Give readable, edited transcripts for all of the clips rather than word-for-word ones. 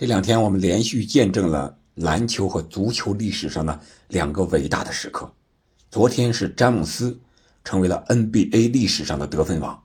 这两天我们连续见证了篮球和足球历史上的两个伟大的时刻。昨天是詹姆斯成为了 NBA 历史上的得分王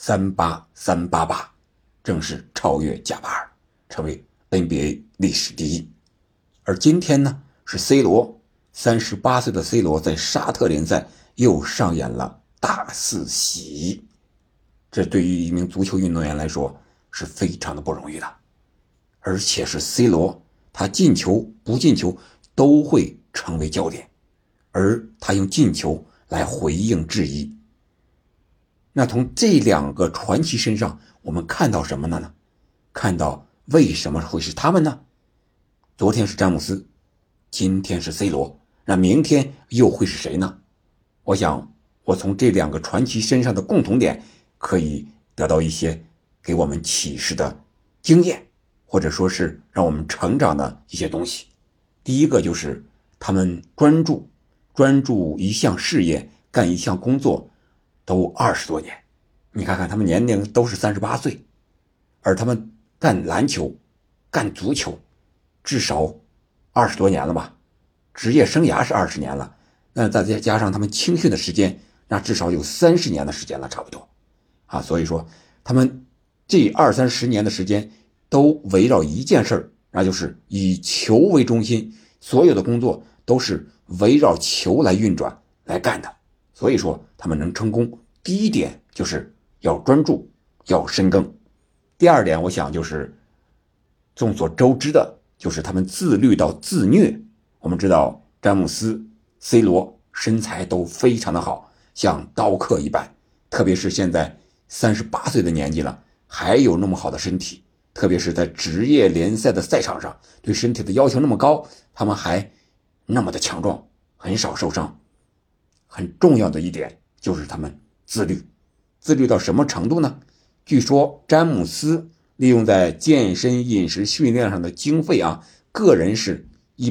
，38388，正式超越贾巴尔，成为 NBA 历史第一。而今天呢，是 C 罗，38岁的 C 罗在沙特联赛又上演了大四喜。这对于一名足球运动员来说是非常的不容易的。而且是 C 罗，他进球不进球都会成为焦点，而他用进球来回应质疑。那从这两个传奇身上我们看到什么呢？看到为什么会是他们呢？昨天是詹姆斯，今天是 C 罗，那明天又会是谁呢？我想我从这两个传奇身上的共同点可以得到一些给我们启示的经验，或者说是让我们成长的一些东西。第一个就是他们专注一项事业，干一项工作都20多年。你看看他们年龄都是38岁，而他们干篮球干足球至少20多年了吧，职业生涯是20年了，那再加上他们青训的时间，那至少有30年的时间了，差不多所以说他们这20-30年的时间都围绕一件事，那就是以球为中心，所有的工作都是围绕球来运转来干的。所以说他们能成功，第一点就是要专注，要深耕。第二点我想就是众所周知的，就是他们自律到自虐。我们知道詹姆斯 C 罗身材都非常的好，像刀客一般，特别是现在38岁的年纪了，还有那么好的身体，特别是在职业联赛的赛场上，对身体的要求那么高，他们还那么的强壮，很少受伤。很重要的一点就是他们自律到什么程度呢？据说詹姆斯利用在健身饮食训练上的经费个人是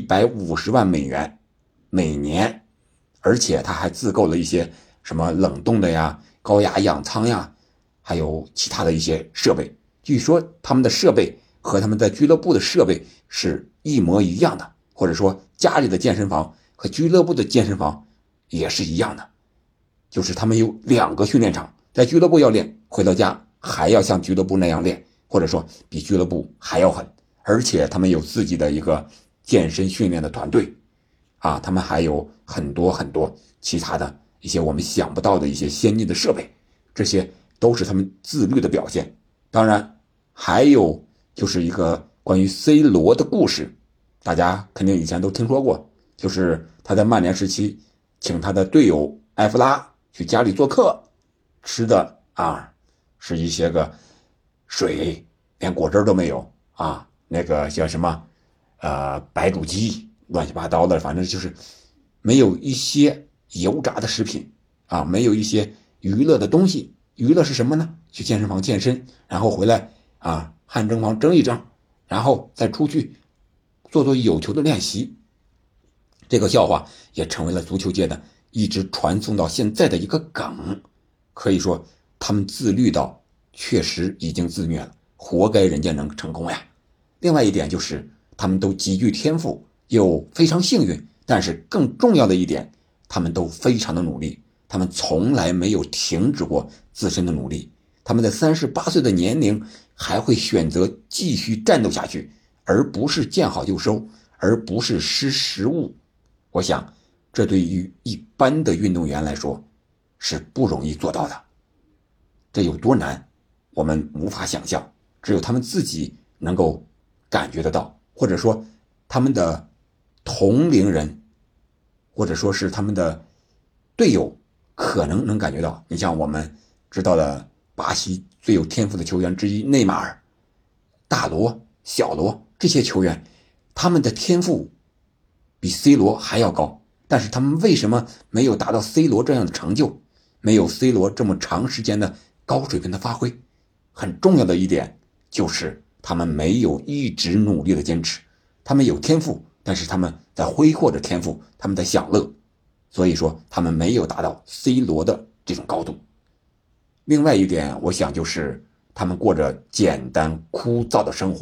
150万美元每年，而且他还自购了一些什么冷冻的呀、高压氧舱呀，还有其他的一些设备。据说他们的设备和他们在俱乐部的设备是一模一样的，或者说家里的健身房和俱乐部的健身房也是一样的，就是他们有2个训练场，在俱乐部要练，回到家还要像俱乐部那样练，或者说比俱乐部还要狠。而且他们有自己的一个健身训练的团队他们还有很多其他的一些我们想不到的一些先进的设备，这些都是他们自律的表现。当然还有就是一个关于 C 罗的故事，大家肯定以前都听说过，就是他在曼联时期请他的队友埃弗拉去家里做客，吃的是一些个水，连果汁都没有那个叫什么白煮鸡，乱七八糟的，反正就是没有一些油炸的食品没有一些娱乐的东西。娱乐是什么呢？去健身房健身，然后回来汗蒸房蒸一蒸，然后再出去做有球的练习。这个笑话也成为了足球界的一直传送到现在的一个梗。可以说他们自律到确实已经自虐了，活该人家能成功呀。另外一点就是他们都极具天赋，又非常幸运，但是更重要的一点，他们都非常的努力，他们从来没有停止过自身的努力。他们在38岁的年龄还会选择继续战斗下去，而不是见好就收，而不是识时务。我想这对于一般的运动员来说是不容易做到的。这有多难我们无法想象，只有他们自己能够感觉得到，或者说他们的同龄人，或者说是他们的队友可能能感觉到。你像我们知道的巴西最有天赋的球员之一内马尔、大罗、小罗，这些球员他们的天赋比 C 罗还要高，但是他们为什么没有达到 C 罗这样的成就，没有 C 罗这么长时间的高水平的发挥？很重要的一点就是他们没有一直努力的坚持。他们有天赋，但是他们在挥霍着天赋，他们在享乐，所以说他们没有达到 C 罗的这种高度。另外一点我想就是他们过着简单枯燥的生活，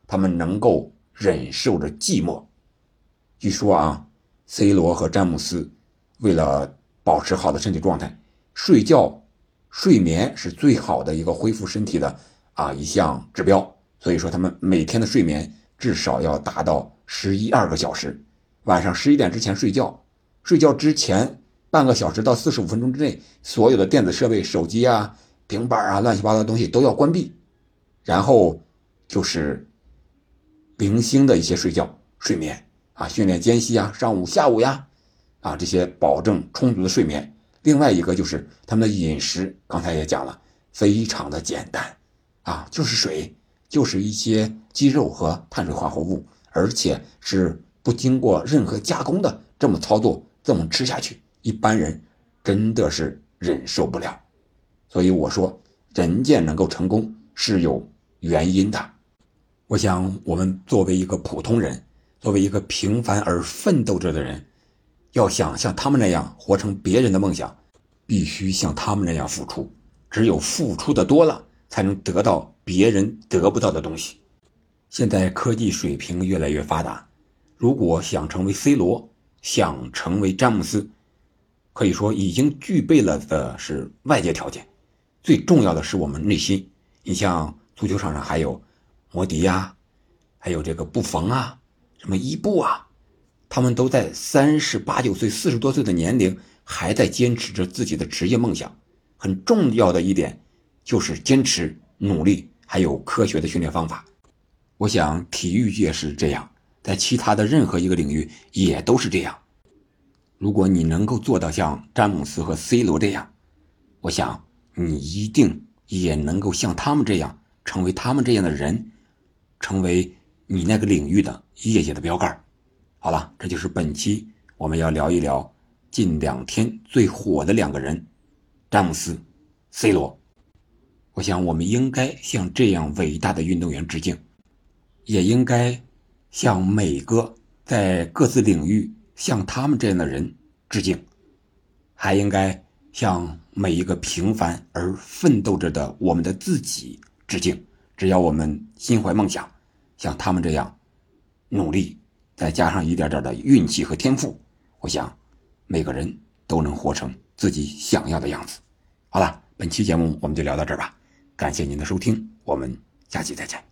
他们能够忍受着寂寞。据说啊，C 罗和詹姆斯为了保持好的身体状态，睡眠是最好的一个恢复身体的一项指标。所以说他们每天的睡眠至少要达到12个小时，晚上11点之前睡觉，睡觉之前半个小时到45分钟之内，所有的电子设备，手机啊、平板啊、乱七八糟的东西都要关闭。然后就是零星的一些睡眠训练间隙啊、上午下午呀这些保证充足的睡眠。另外一个就是他们的饮食，刚才也讲了，非常的简单就是水，就是一些鸡肉和碳水化合物，而且是不经过任何加工的，这么操作这么吃下去，一般人真的是忍受不了。所以我说人家能够成功是有原因的。我想我们作为一个普通人，作为一个平凡而奋斗着的人，要想像他们那样活成别人的梦想，必须像他们那样付出。只有付出的多了，才能得到别人得不到的东西。现在科技水平越来越发达，如果想成为 C 罗，想成为詹姆斯，可以说已经具备了的是外界条件，最重要的是我们内心。你像足球场上还有摩迪呀，还有这个布冯啊，什么伊布啊，他们都在38、9岁、40多岁的年龄还在坚持着自己的职业梦想。很重要的一点就是坚持、努力，还有科学的训练方法。我想体育界是这样，在其他的任何一个领域也都是这样。如果你能够做到像詹姆斯和 C 罗这样，我想你一定也能够像他们这样，成为他们这样的人，成为你那个领域的业界的标杆。好了，这就是本期我们要聊一聊近2天最火的2个人，詹姆斯、C 罗。我想我们应该向这样伟大的运动员致敬，也应该向每个在各自领域像他们这样的人致敬，还应该向每一个平凡而奋斗着的我们的自己致敬。只要我们心怀梦想，像他们这样努力，再加上一点点的运气和天赋，我想每个人都能活成自己想要的样子。好了，本期节目我们就聊到这儿吧，感谢您的收听，我们下期再见。